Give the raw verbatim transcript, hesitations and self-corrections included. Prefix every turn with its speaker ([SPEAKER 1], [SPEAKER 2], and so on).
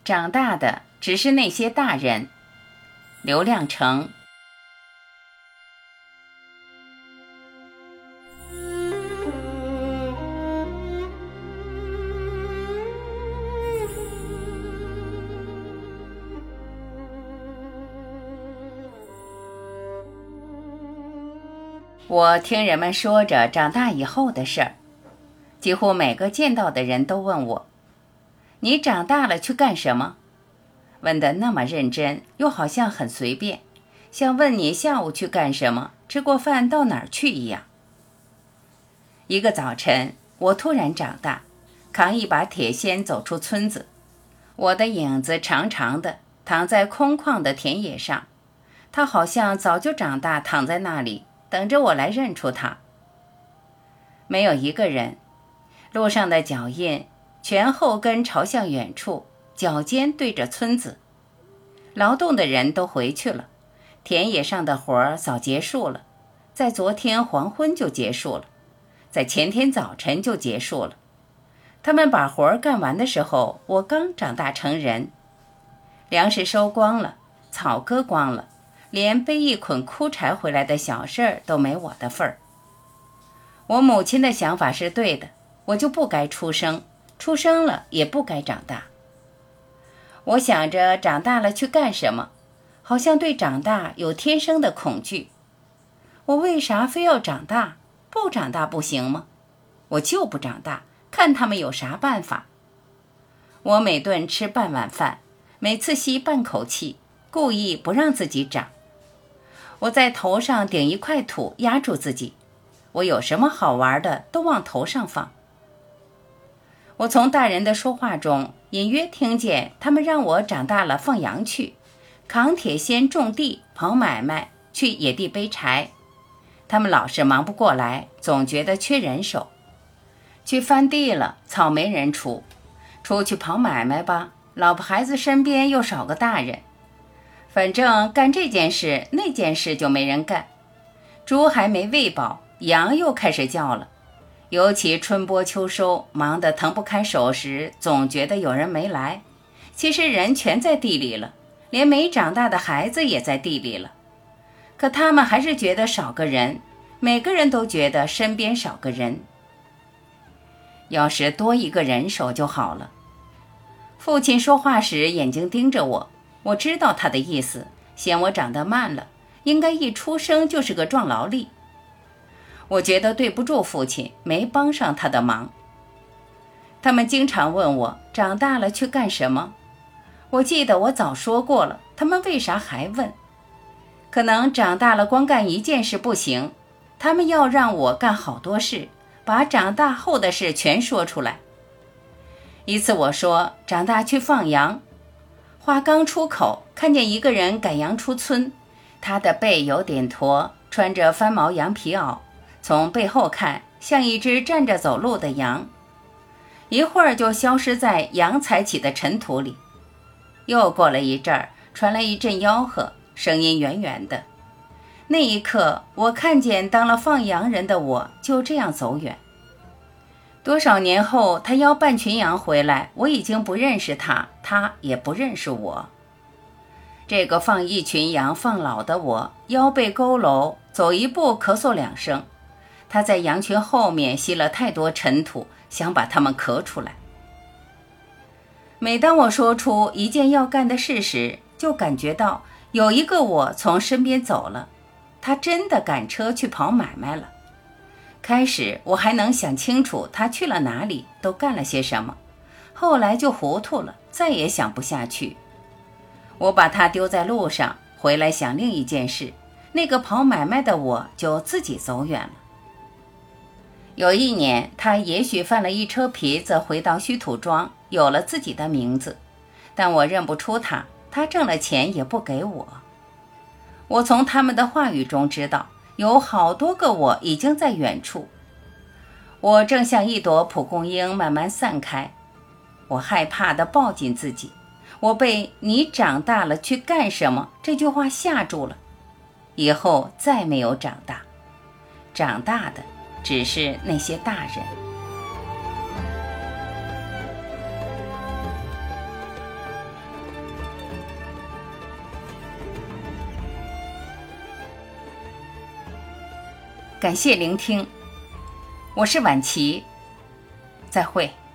[SPEAKER 1] 长大的只是那些大人。刘亮程。我听人们说着长大以后的事儿，几乎每个见到的人都问我，你长大了去干什么？问得那么认真，又好像很随便，像问你下午去干什么，吃过饭到哪儿去一样。一个早晨，我突然长大，扛一把铁锨走出村子，我的影子长长的躺在空旷的田野上，他好像早就长大，躺在那里等着我来认出他。没有一个人，路上的脚印全后跟朝向远处，脚尖对着村子。劳动的人都回去了，田野上的活儿早结束了，在昨天黄昏就结束了，在前天早晨就结束了。他们把活儿干完的时候，我刚长大成人。粮食收光了，草割光了，连背一捆枯柴回来的小事儿都没我的份儿。我母亲的想法是对的，我就不该出生，出生了也不该长大。我想着长大了去干什么，好像对长大有天生的恐惧。我为啥非要长大？不长大不行吗？我就不长大，看他们有啥办法。我每顿吃半碗饭，每次吸半口气，故意不让自己长。我在头上顶一块土压住自己，我有什么好玩的都往头上放。我从大人的说话中隐约听见他们让我长大了放羊去，扛铁锨种地，跑买卖，去野地背柴。他们老是忙不过来，总觉得缺人手。去翻地了，草没人除，出去跑买卖吧，老婆孩子身边又少个大人。反正干这件事那件事就没人干。猪还没喂饱，羊又开始叫了。尤其春播秋收，忙得腾不开手时，总觉得有人没来。其实人全在地里了，连没长大的孩子也在地里了。可他们还是觉得少个人，每个人都觉得身边少个人。要是多一个人手就好了。父亲说话时眼睛盯着我，我知道他的意思，嫌我长得慢了，应该一出生就是个壮劳力。我觉得对不住父亲，没帮上他的忙。他们经常问我长大了去干什么，我记得我早说过了，他们为啥还问？可能长大了光干一件事不行，他们要让我干好多事，把长大后的事全说出来。一次我说长大去放羊，话刚出口，看见一个人赶羊出村，他的背有点驼，穿着翻毛羊皮袄，从背后看像一只站着走路的羊，一会儿就消失在羊踩起的尘土里。又过了一阵儿，传来一阵吆喝，声音远远的。那一刻，我看见当了放羊人的我就这样走远。多少年后，他邀半群羊回来，我已经不认识他，他也不认识我。这个放一群羊放老的我，腰背佝偻，走一步咳嗽两声。他在羊群后面吸了太多尘土，想把它们咳出来。每当我说出一件要干的事时，就感觉到有一个我从身边走了，他真的赶车去跑买卖了。开始我还能想清楚他去了哪里，都干了些什么，后来就糊涂了，再也想不下去。我把他丢在路上，回来想另一件事，那个跑买卖的我就自己走远了。有一年，他也许犯了一车皮子，回到虚土庄，有了自己的名字，但我认不出他，他挣了钱也不给我。我从他们的话语中知道，有好多个我已经在远处。我正像一朵蒲公英慢慢散开，我害怕地抱紧自己，我被你长大了去干什么这句话吓住了。以后再没有长大，长大的只是那些大人。 感谢聆听，我是婉琪，再会。